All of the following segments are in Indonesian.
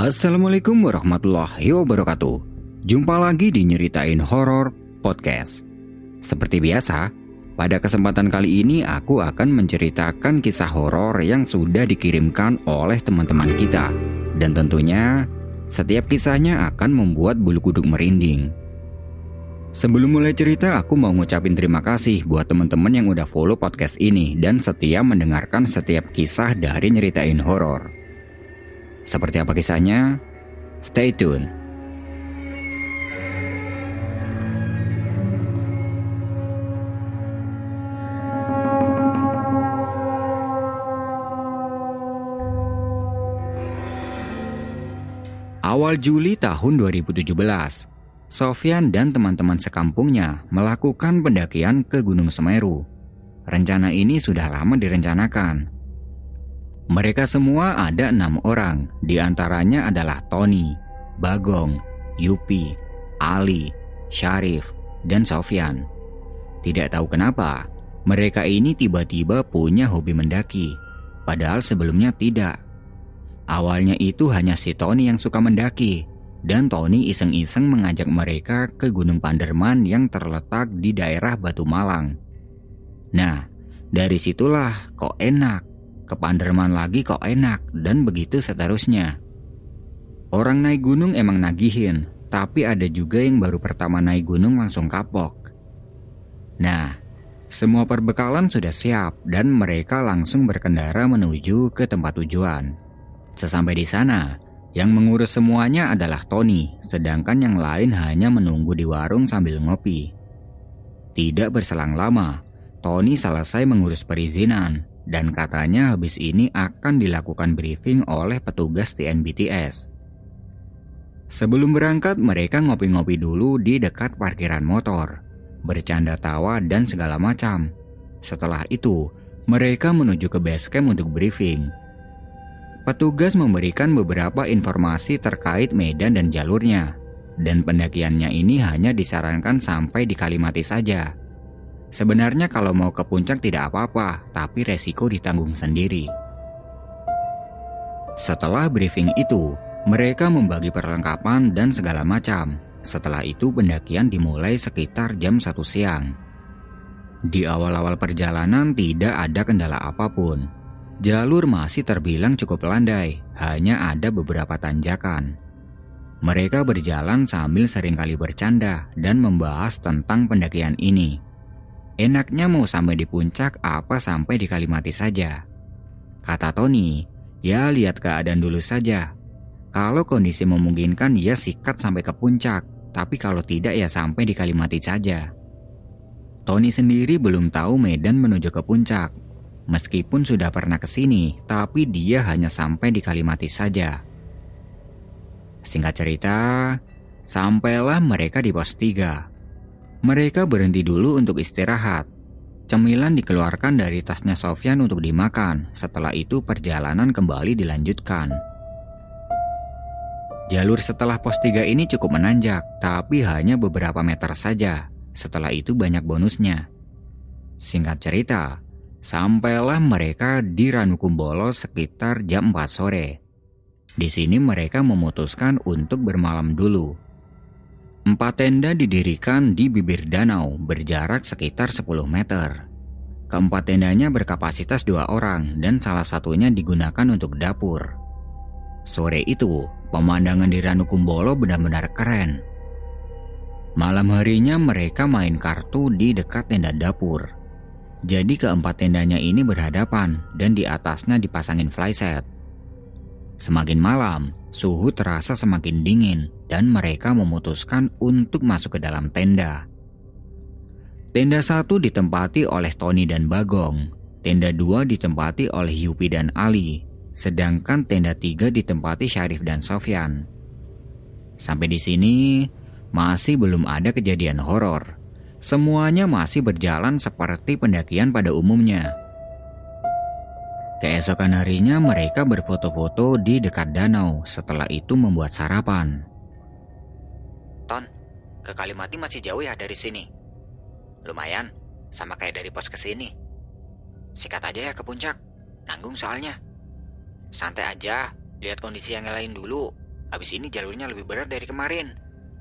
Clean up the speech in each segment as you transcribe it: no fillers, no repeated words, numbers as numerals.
Assalamualaikum warahmatullahi wabarakatuh. Jumpa lagi di Nyeritain Horor Podcast. Seperti biasa, pada kesempatan kali ini aku akan menceritakan kisah horor yang sudah dikirimkan oleh teman-teman kita. Dan tentunya, setiap kisahnya akan membuat bulu kuduk merinding. Sebelum mulai cerita, aku mau ngucapin terima kasih buat teman-teman yang udah follow podcast ini dan setia mendengarkan setiap kisah dari Nyeritain Horor. Seperti apa kisahnya? Stay tune. Awal Juli tahun 2017, Sofyan dan teman-teman sekampungnya melakukan pendakian ke Gunung Semeru. Rencana ini sudah lama direncanakan. Mereka semua ada 6 orang, diantaranya adalah Tony, Bagong, Yupi, Ali, Syarif, dan Sofyan. Tidak tahu kenapa, mereka ini tiba-tiba punya hobi mendaki, padahal sebelumnya tidak. Awalnya itu hanya si Tony yang suka mendaki, dan Tony iseng-iseng mengajak mereka ke Gunung Panderman yang terletak di daerah Batu Malang. Nah, dari situlah kok enak. Ke Panderman lagi kok enak, dan begitu seterusnya. Orang naik gunung emang nagihin, tapi ada juga yang baru pertama naik gunung langsung kapok. Nah, semua perbekalan sudah siap dan mereka langsung berkendara menuju ke tempat tujuan. Sesampai di sana, yang mengurus semuanya adalah Tony, sedangkan yang lain hanya menunggu di warung sambil ngopi. Tidak berselang lama, Tony selesai mengurus perizinan. Dan katanya habis ini akan dilakukan briefing oleh petugas TNBTS. Sebelum berangkat mereka ngopi-ngopi dulu di dekat parkiran motor, bercanda tawa dan segala macam. Setelah itu mereka menuju ke base camp untuk briefing. Petugas memberikan beberapa informasi terkait medan dan jalurnya, dan pendakiannya ini hanya disarankan sampai di Kalimati saja. Sebenarnya kalau mau ke puncak tidak apa-apa, tapi resiko ditanggung sendiri. Setelah briefing itu, mereka membagi perlengkapan dan segala macam. Setelah itu pendakian dimulai sekitar jam 1 siang. Di awal-awal perjalanan tidak ada kendala apapun. Jalur masih terbilang cukup landai, hanya ada beberapa tanjakan. Mereka berjalan sambil seringkali bercanda dan membahas tentang pendakian ini. Enaknya mau sampai di puncak apa sampai di Kalimati saja. Kata Tony, ya lihat keadaan dulu saja. Kalau kondisi memungkinkan ya sikat sampai ke puncak, tapi kalau tidak ya sampai di Kalimati saja. Tony sendiri belum tahu medan menuju ke puncak. Meskipun sudah pernah ke sini, tapi dia hanya sampai di Kalimati saja. Singkat cerita, sampailah mereka di pos 3. Mereka berhenti dulu untuk istirahat. Cemilan dikeluarkan dari tasnya Sofyan untuk dimakan. Setelah itu perjalanan kembali dilanjutkan. Jalur setelah pos 3 ini cukup menanjak, tapi hanya beberapa meter saja. Setelah itu banyak bonusnya. Singkat cerita, sampailah mereka di Ranukumbolo sekitar jam 4 sore. Di sini mereka memutuskan untuk bermalam dulu. 4 tenda didirikan di bibir danau berjarak sekitar 10 meter. Keempat tendanya berkapasitas 2 orang dan salah satunya digunakan untuk dapur. Sore itu, pemandangan di Ranukumbolo benar-benar keren. Malam harinya mereka main kartu di dekat tenda dapur. Jadi keempat tendanya ini berhadapan dan di atasnya dipasangin flyset. Semakin malam, suhu terasa semakin dingin dan mereka memutuskan untuk masuk ke dalam tenda. Tenda 1 ditempati oleh Tony dan Bagong, tenda 2 ditempati oleh Yupi dan Ali, sedangkan tenda 3 ditempati Syarif dan Sofyan. Sampai di sini masih belum ada kejadian horor. Semuanya masih berjalan seperti pendakian pada umumnya. Keesokan harinya mereka berfoto-foto di dekat danau, setelah itu membuat sarapan. Ton, ke Kalimati masih jauh ya dari sini? Lumayan, sama kayak dari pos ke sini. Sikat aja ya ke puncak, nanggung soalnya. Santai aja, lihat kondisi yang lain dulu. Habis ini jalurnya lebih berat dari kemarin.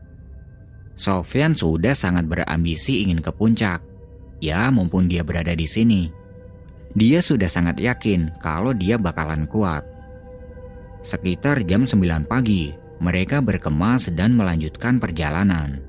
Sofyan sudah sangat berambisi ingin ke puncak. Ya, mumpung dia berada di sini. Dia sudah sangat yakin kalau dia bakalan kuat. Sekitar jam 9 pagi, mereka berkemas dan melanjutkan perjalanan.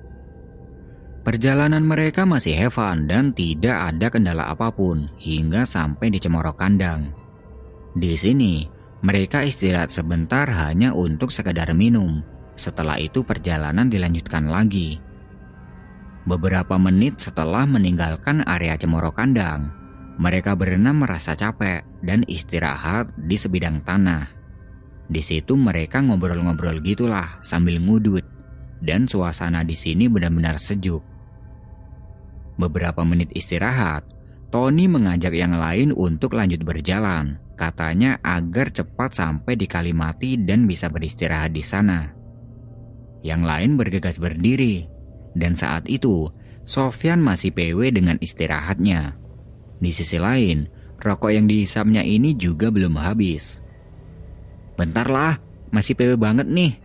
Perjalanan mereka masih have fun dan tidak ada kendala apapun hingga sampai di Cemoro Kandang. Di sini, mereka istirahat sebentar hanya untuk sekedar minum. Setelah itu perjalanan dilanjutkan lagi. Beberapa menit setelah meninggalkan area Cemoro Kandang, mereka berenam merasa capek dan istirahat di sebidang tanah. Di situ mereka ngobrol-ngobrol gitulah sambil ngudut, dan suasana di sini benar-benar sejuk. Beberapa menit istirahat, Tony mengajak yang lain untuk lanjut berjalan. Katanya agar cepat sampai di Kalimati dan bisa beristirahat di sana. Yang lain bergegas berdiri, dan saat itu Sofyan masih PW dengan istirahatnya. Di sisi lain, rokok yang dihisapnya ini juga belum habis. "Bentar lah, masih PW banget nih,"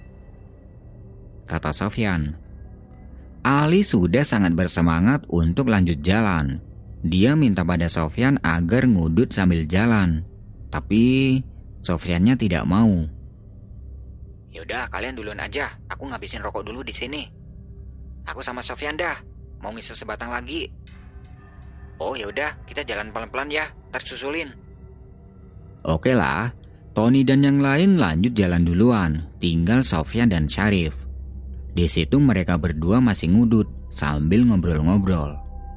kata Sofyan. Ali sudah sangat bersemangat untuk lanjut jalan. Dia minta pada Sofyan agar ngudut sambil jalan. Tapi Sofyannya tidak mau. "Yaudah, kalian duluan aja. Aku ngabisin rokok dulu di sini. Aku sama Sofyan dah. Mau ngisep sebatang lagi." "Oh yaudah, kita jalan pelan-pelan ya. Ntar susulin." Oke lah, Tony dan yang lain lanjut jalan duluan. Tinggal Sofyan dan Syarif. Di situ mereka berdua masih ngudut sambil ngobrol-ngobrol.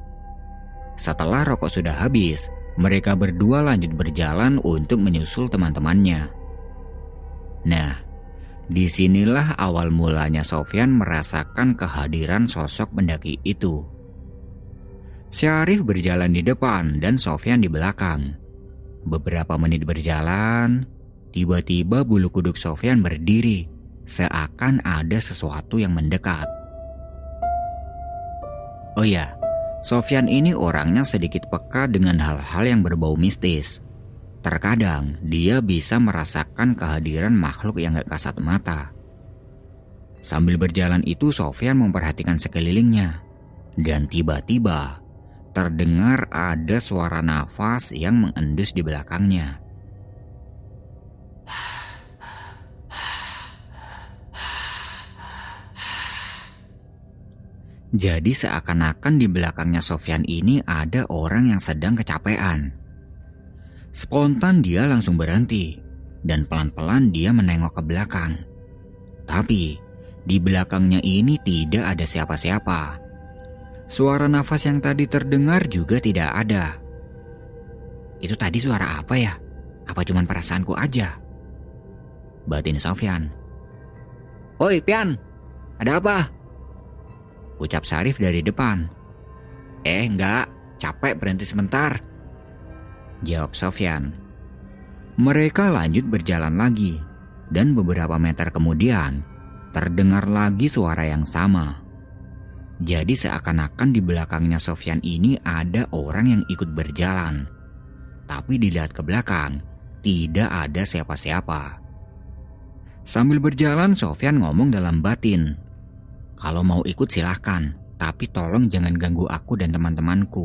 Setelah rokok sudah habis, mereka berdua lanjut berjalan untuk menyusul teman-temannya. Nah, disinilah awal mulanya Sofyan merasakan kehadiran sosok pendaki itu. Syarif berjalan di depan dan Sofyan di belakang. Beberapa menit berjalan, tiba-tiba bulu kuduk Sofyan berdiri. Seakan ada sesuatu yang mendekat. Oh ya, Sofyan ini orangnya sedikit peka dengan hal-hal yang berbau mistis. Terkadang dia bisa merasakan kehadiran makhluk yang gak kasat mata. Sambil berjalan itu Sofyan memperhatikan sekelilingnya. Dan tiba-tiba terdengar ada suara nafas yang mengendus di belakangnya. Jadi seakan-akan di belakangnya Sofyan ini ada orang yang sedang kecapean. Spontan dia langsung berhenti dan pelan-pelan dia menengok ke belakang. Tapi di belakangnya ini tidak ada siapa-siapa. Suara nafas yang tadi terdengar juga tidak ada. Itu tadi suara apa ya? Apa cuman perasaanku aja? Batin Sofyan. "Oi Pian, ada apa?" ucap Syarif dari depan. Enggak, capek berhenti sebentar," jawab Sofyan. Mereka lanjut berjalan lagi, dan beberapa meter kemudian terdengar lagi suara yang sama. Jadi seakan-akan di belakangnya Sofyan ini ada orang yang ikut berjalan. Tapi dilihat ke belakang, tidak ada siapa-siapa. Sambil berjalan Sofyan ngomong dalam batin, "Kalau mau ikut silahkan, tapi tolong jangan ganggu aku dan teman-temanku."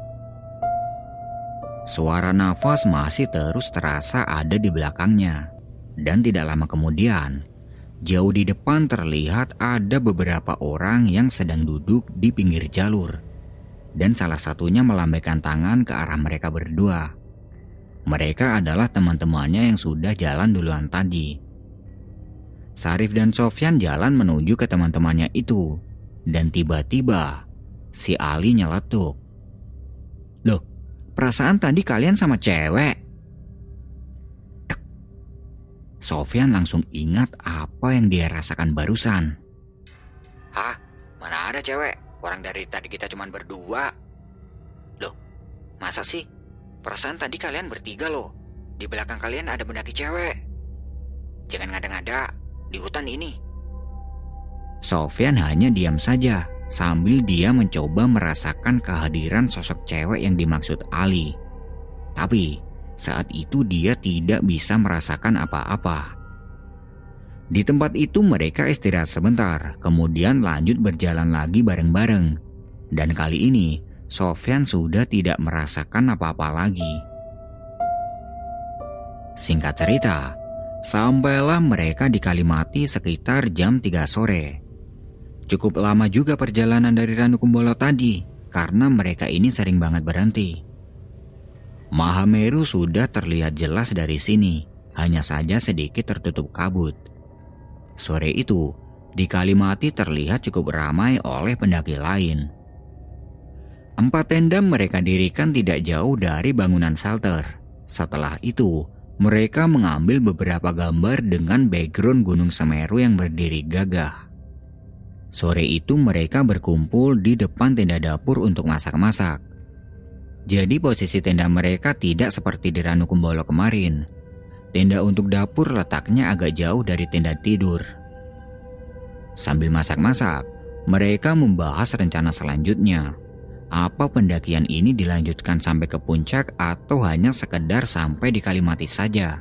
Suara nafas masih terus terasa ada di belakangnya. Dan tidak lama kemudian, jauh di depan terlihat ada beberapa orang yang sedang duduk di pinggir jalur. Dan salah satunya melambaikan tangan ke arah mereka berdua. Mereka adalah teman-temannya yang sudah jalan duluan tadi. Syarif dan Sofyan jalan menuju ke teman-temannya itu. Dan tiba-tiba si Ali nyeletuk. "Loh, perasaan tadi kalian sama cewek?" Dek. Sofyan langsung ingat apa yang dia rasakan barusan. "Hah? Mana ada cewek? Orang dari tadi kita cuma berdua." "Loh, masa sih? Perasaan tadi kalian bertiga loh. Di belakang kalian ada pendaki cewek. Jangan ngada-ngada di hutan ini." Sofyan hanya diam saja sambil dia mencoba merasakan kehadiran sosok cewek yang dimaksud Ali. Tapi saat itu dia tidak bisa merasakan apa-apa. Di tempat itu mereka istirahat sebentar, kemudian lanjut berjalan lagi bareng-bareng. Dan kali ini, Sofyan sudah tidak merasakan apa-apa lagi. Singkat cerita, sampailah mereka di Kalimati sekitar jam 3 sore. Cukup lama juga perjalanan dari Ranukumbolo tadi, karena mereka ini sering banget berhenti. Mahameru sudah terlihat jelas dari sini, hanya saja sedikit tertutup kabut. Sore itu, di Kalimati terlihat cukup ramai oleh pendaki lain. 4 tenda mereka dirikan tidak jauh dari bangunan shelter. Setelah itu, mereka mengambil beberapa gambar dengan background Gunung Semeru yang berdiri gagah. Sore itu mereka berkumpul di depan tenda dapur untuk masak-masak. Jadi posisi tenda mereka tidak seperti di Ranukumbolo kemarin. Tenda untuk dapur letaknya agak jauh dari tenda tidur. Sambil masak-masak, mereka membahas rencana selanjutnya. Apa pendakian ini dilanjutkan sampai ke puncak atau hanya sekedar sampai di Kalimati saja?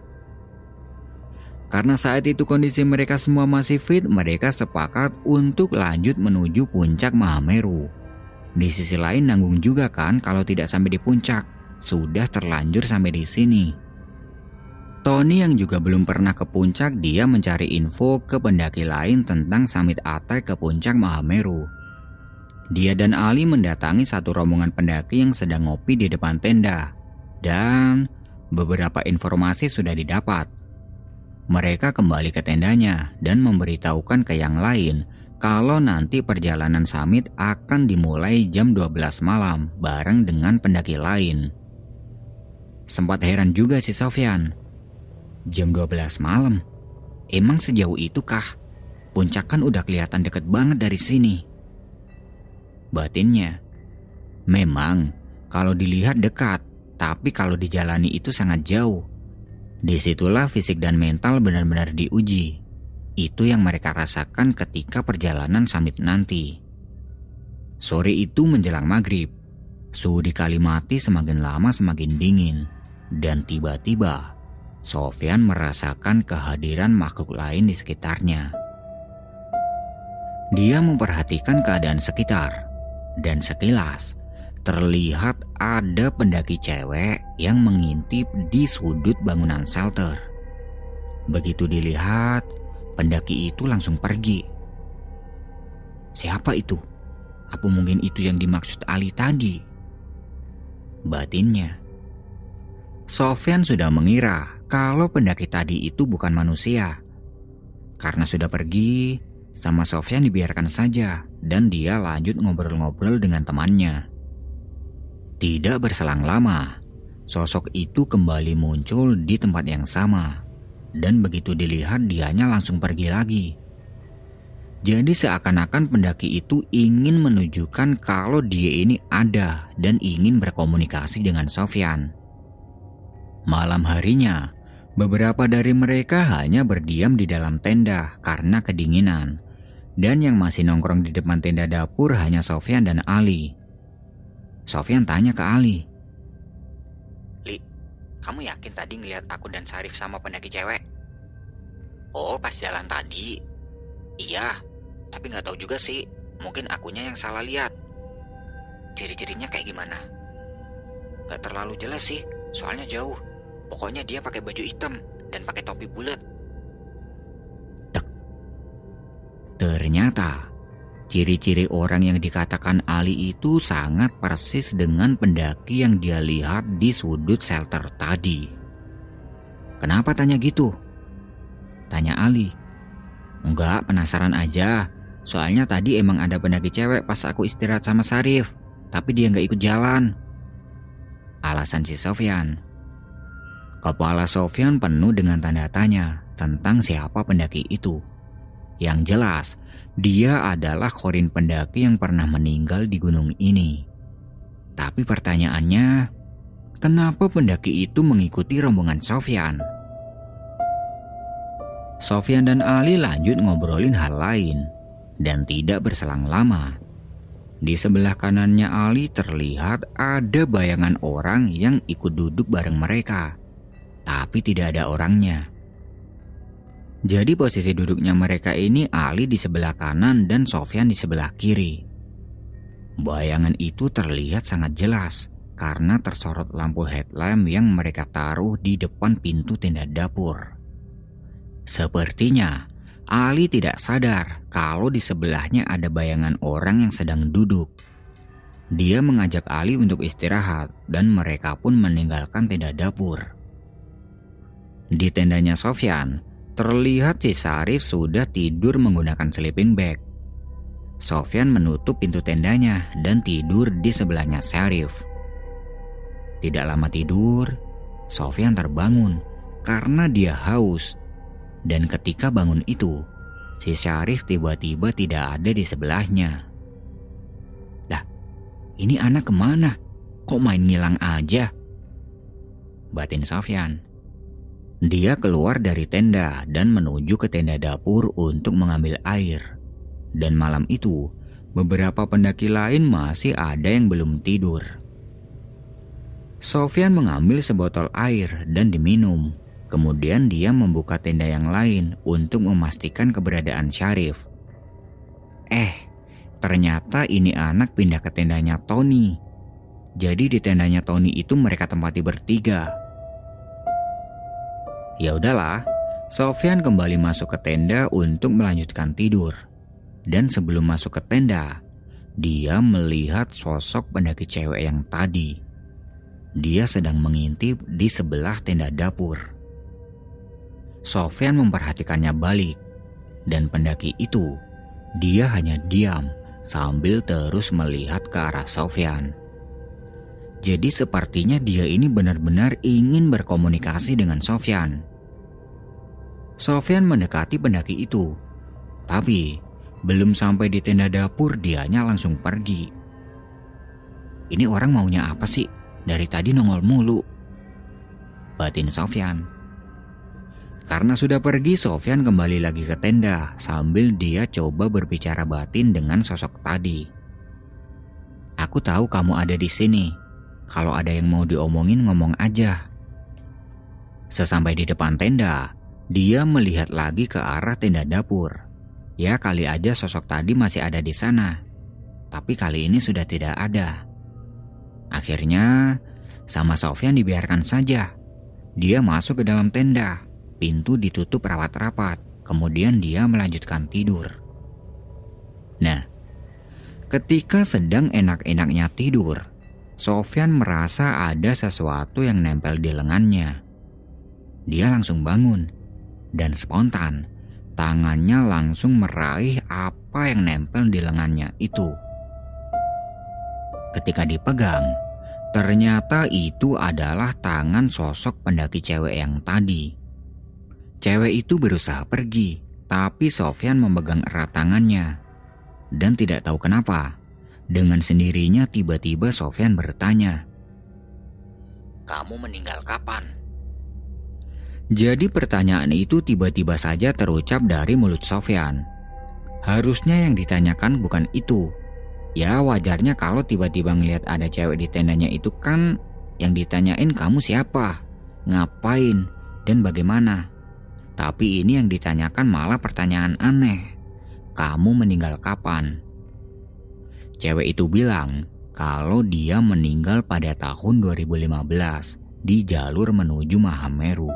Karena saat itu kondisi mereka semua masih fit, mereka sepakat untuk lanjut menuju puncak Mahameru. Di sisi lain nanggung juga kan kalau tidak sampai di puncak. Sudah terlanjur sampai di sini. Tony yang juga belum pernah ke puncak, dia mencari info ke pendaki lain tentang summit attack ke puncak Mahameru. Dia dan Ali mendatangi satu rombongan pendaki yang sedang ngopi di depan tenda. Dan beberapa informasi sudah didapat. Mereka kembali ke tendanya dan memberitahukan ke yang lain kalau nanti perjalanan summit akan dimulai jam 12 malam bareng dengan pendaki lain. Sempat heran juga si Sofyan. Jam 12 malam? Emang sejauh itu kah? Puncak kan udah kelihatan deket banget dari sini. Batinnya, memang kalau dilihat dekat, tapi kalau dijalani itu sangat jauh. Disitulah fisik dan mental benar-benar diuji. Itu yang mereka rasakan ketika perjalanan summit nanti. Sore itu menjelang maghrib, suhu di Kalimati semakin lama semakin dingin. Dan tiba-tiba, Sofyan merasakan kehadiran makhluk lain di sekitarnya. Dia memperhatikan keadaan sekitar. Dan sekilas, terlihat ada pendaki cewek yang mengintip di sudut bangunan shelter. Begitu dilihat, pendaki itu langsung pergi. Siapa itu? Apa mungkin itu yang dimaksud Ali tadi? Batinnya. Sofyan sudah mengira kalau pendaki tadi itu bukan manusia. Karena sudah pergi, sama Sofyan dibiarkan saja dan dia lanjut ngobrol-ngobrol dengan temannya. Tidak berselang lama, sosok itu kembali muncul di tempat yang sama. Dan begitu dilihat dianya langsung pergi lagi. Jadi seakan-akan pendaki itu ingin menunjukkan kalau dia ini ada dan ingin berkomunikasi dengan Sofyan. Malam harinya, beberapa dari mereka hanya berdiam di dalam tenda karena kedinginan. Dan yang masih nongkrong di depan tenda dapur hanya Sofyan dan Ali. Sofyan tanya ke Ali. Li, kamu yakin tadi ngeliat aku dan Sarif sama pendaki cewek? Oh, pas jalan tadi. Iya, tapi gak tahu juga sih. Mungkin akunya yang salah lihat. Ciri-cirinya kayak gimana? Gak terlalu jelas sih, soalnya jauh. Pokoknya dia pakai baju hitam dan pakai topi bulat. Ternyata, ciri-ciri orang yang dikatakan Ali itu sangat persis dengan pendaki yang dia lihat di sudut shelter tadi. Kenapa tanya gitu? Tanya Ali. Enggak, penasaran aja. Soalnya tadi emang ada pendaki cewek pas aku istirahat sama Sarif, tapi dia gak ikut jalan. Alasan si Sofyan. Kepala Sofyan penuh dengan tanda tanya tentang siapa pendaki itu. Yang jelas, dia adalah Khorin pendaki yang pernah meninggal di gunung ini. Tapi pertanyaannya, kenapa pendaki itu mengikuti rombongan Sofyan? Sofyan dan Ali lanjut ngobrolin hal lain. Dan tidak berselang lama, di sebelah kanannya Ali terlihat ada bayangan orang yang ikut duduk bareng mereka. Tapi tidak ada orangnya. Jadi posisi duduknya mereka ini Ali di sebelah kanan dan Sofyan di sebelah kiri. Bayangan itu terlihat sangat jelas karena tersorot lampu headlamp yang mereka taruh di depan pintu tenda dapur. Sepertinya Ali tidak sadar kalau di sebelahnya ada bayangan orang yang sedang duduk. Dia mengajak Ali untuk istirahat dan mereka pun meninggalkan tenda dapur. Di tendanya Sofyan, terlihat si Syarif sudah tidur menggunakan sleeping bag. Sofyan menutup pintu tendanya dan tidur di sebelahnya Syarif. Tidak lama tidur, Sofyan terbangun karena dia haus. Dan ketika bangun itu, si Syarif tiba-tiba tidak ada di sebelahnya. Lah, ini anak kemana? Kok main ngilang aja? Batin Sofyan. Dia keluar dari tenda dan menuju ke tenda dapur untuk mengambil air. Dan malam itu, beberapa pendaki lain masih ada yang belum tidur. Sofyan mengambil sebotol air dan diminum. Kemudian dia membuka tenda yang lain untuk memastikan keberadaan Syarif. Ternyata ini anak pindah ke tendanya Tony. Jadi di tendanya Tony itu mereka tempati bertiga. Ya udahlah, Sofyan kembali masuk ke tenda untuk melanjutkan tidur. Dan sebelum masuk ke tenda, dia melihat sosok pendaki cewek yang tadi. Dia sedang mengintip di sebelah tenda dapur. Sofyan memperhatikannya balik, dan pendaki itu, dia hanya diam sambil terus melihat ke arah Sofyan. Jadi sepertinya dia ini benar-benar ingin berkomunikasi dengan Sofyan. Sofyan mendekati pendaki itu, tapi belum sampai di tenda dapur dianya langsung pergi. Ini orang maunya apa sih? Dari tadi nongol mulu, batin Sofyan. Karena sudah pergi, Sofyan kembali lagi ke tenda sambil dia coba berbicara batin dengan sosok tadi. Aku tahu kamu ada di sini. Kalau ada yang mau diomongin ngomong aja. Sesampai di depan tenda, dia melihat lagi ke arah tenda dapur. Ya kali aja sosok tadi masih ada di sana. Tapi kali ini sudah tidak ada. Akhirnya, sama Sofyan dibiarkan saja. Dia masuk ke dalam tenda. Pintu ditutup rapat-rapat. Kemudian dia melanjutkan tidur. Nah, ketika sedang enak-enaknya tidur, Sofyan merasa ada sesuatu yang nempel di lengannya. Dia langsung bangun dan spontan tangannya langsung meraih apa yang nempel di lengannya itu. Ketika dipegang, ternyata itu adalah tangan sosok pendaki cewek yang tadi. Cewek itu berusaha pergi, tapi Sofyan memegang erat tangannya. Dan tidak tahu kenapa, dengan sendirinya tiba-tiba Sofyan bertanya, "Kamu meninggal kapan?" Jadi pertanyaan itu tiba-tiba saja terucap dari mulut Sofyan. Harusnya yang ditanyakan bukan itu. Ya wajarnya kalau tiba-tiba ngelihat ada cewek di tendanya itu kan yang ditanyain kamu siapa, ngapain, dan bagaimana. Tapi ini yang ditanyakan malah pertanyaan aneh. Kamu meninggal kapan? Cewek itu bilang kalau dia meninggal pada tahun 2015 di jalur menuju Mahameru.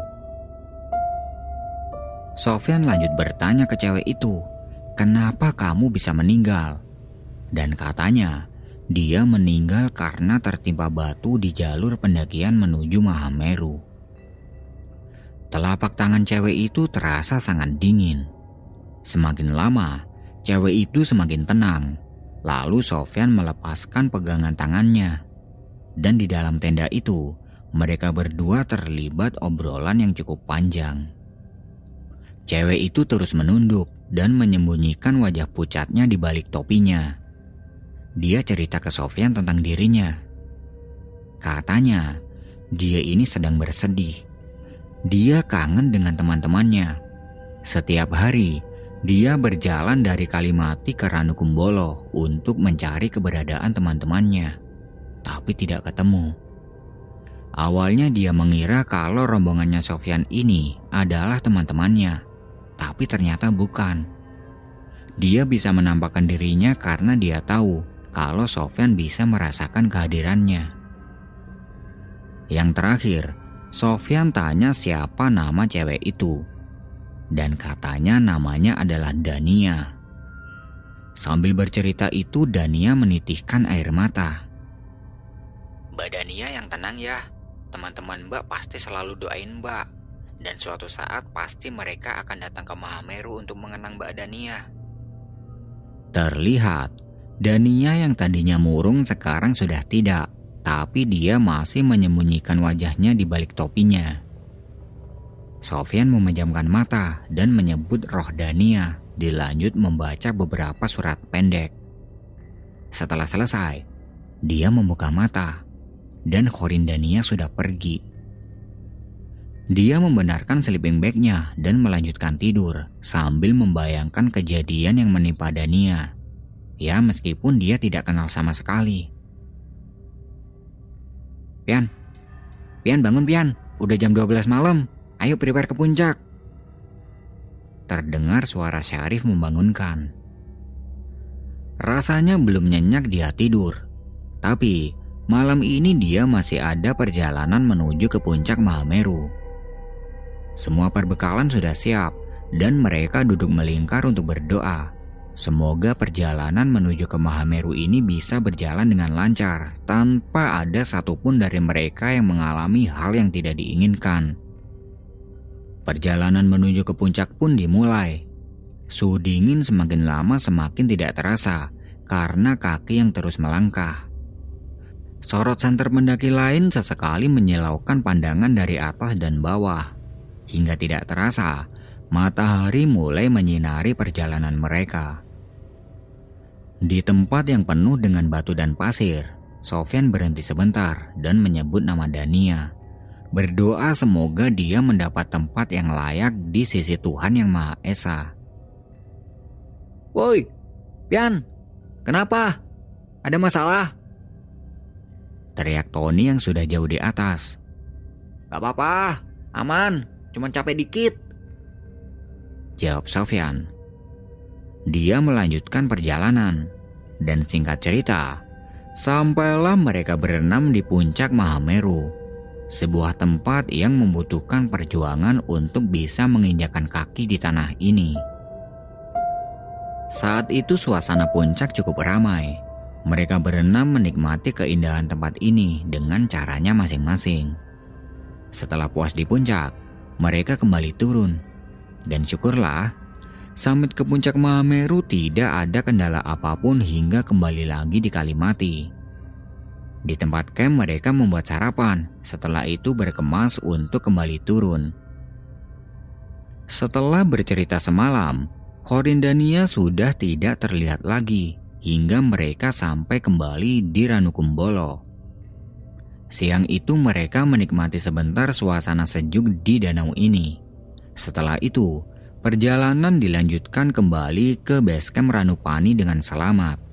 Sofyan lanjut bertanya ke cewek itu, kenapa kamu bisa meninggal? Dan katanya, dia meninggal karena tertimpa batu di jalur pendakian menuju Mahameru. Telapak tangan cewek itu terasa sangat dingin. Semakin lama, cewek itu semakin tenang. Lalu Sofyan melepaskan pegangan tangannya. Dan di dalam tenda itu, mereka berdua terlibat obrolan yang cukup panjang. Cewek itu terus menunduk dan menyembunyikan wajah pucatnya di balik topinya. Dia cerita ke Sofyan tentang dirinya. Katanya, dia ini sedang bersedih. Dia kangen dengan teman-temannya. Setiap hari, dia berjalan dari Kalimati ke Ranukumbolo untuk mencari keberadaan teman-temannya, tapi tidak ketemu. Awalnya dia mengira kalau rombongannya Sofyan ini adalah teman-temannya, tapi ternyata bukan. Dia bisa menampakkan dirinya karena dia tahu kalau Sofyan bisa merasakan kehadirannya. Yang terakhir, Sofyan tanya siapa nama cewek itu. Dan katanya namanya adalah Dania. Sambil bercerita itu, Dania menitihkan air mata. Mbak Dania yang tenang ya. Teman-teman Mbak pasti selalu doain Mbak. Dan suatu saat pasti mereka akan datang ke Mahameru untuk mengenang Mbak Dania. Terlihat, Dania yang tadinya murung sekarang sudah tidak, tapi dia masih menyembunyikan wajahnya di balik topinya. Sofyan memejamkan mata dan menyebut roh Dania, dilanjut membaca beberapa surat pendek. Setelah selesai, dia membuka mata, dan Khorin Dania sudah pergi. Dia membenarkan sleeping bag-nya dan melanjutkan tidur sambil membayangkan kejadian yang menimpa Dania. Ya, meskipun dia tidak kenal sama sekali. Pian bangun Pian, udah jam 12 malam, ayo prepare ke puncak. Terdengar suara Syarif membangunkan. Rasanya belum nyenyak dia tidur, tapi malam ini dia masih ada perjalanan menuju ke puncak Mahameru. Semua perbekalan sudah siap dan mereka duduk melingkar untuk berdoa. Semoga perjalanan menuju ke Mahameru ini bisa berjalan dengan lancar tanpa ada satupun dari mereka yang mengalami hal yang tidak diinginkan. Perjalanan menuju ke puncak pun dimulai. Suhu dingin semakin lama semakin tidak terasa karena kaki yang terus melangkah. Sorot santer pendaki lain sesekali menyilaukan pandangan dari atas dan bawah. Hingga tidak terasa, matahari mulai menyinari perjalanan mereka. Di tempat yang penuh dengan batu dan pasir, Sofyan berhenti sebentar dan menyebut nama Dania. Berdoa semoga dia mendapat tempat yang layak di sisi Tuhan Yang Maha Esa. Woi, Pian, kenapa? Ada masalah? Teriak Tony yang sudah jauh di atas. Gak apa-apa, aman. Cuman capek dikit, jawab Sofyan. Dia melanjutkan perjalanan, dan singkat cerita, sampailah mereka berenam di puncak Mahameru, sebuah tempat yang membutuhkan perjuangan untuk bisa menginjakkan kaki di tanah ini. Saat itu suasana puncak cukup ramai. Mereka berenam menikmati keindahan tempat ini dengan caranya masing-masing. Setelah puas di puncak, mereka kembali turun. Dan syukurlah, summit ke puncak Mahameru tidak ada kendala apapun hingga kembali lagi di Kalimati. Di tempat camp mereka membuat sarapan, setelah itu berkemas untuk kembali turun. Setelah bercerita semalam, Khorin Dania sudah tidak terlihat lagi hingga mereka sampai kembali di Ranukumbolo. Siang itu mereka menikmati sebentar suasana sejuk di danau ini. Setelah itu, perjalanan dilanjutkan kembali ke base camp Ranupani dengan selamat.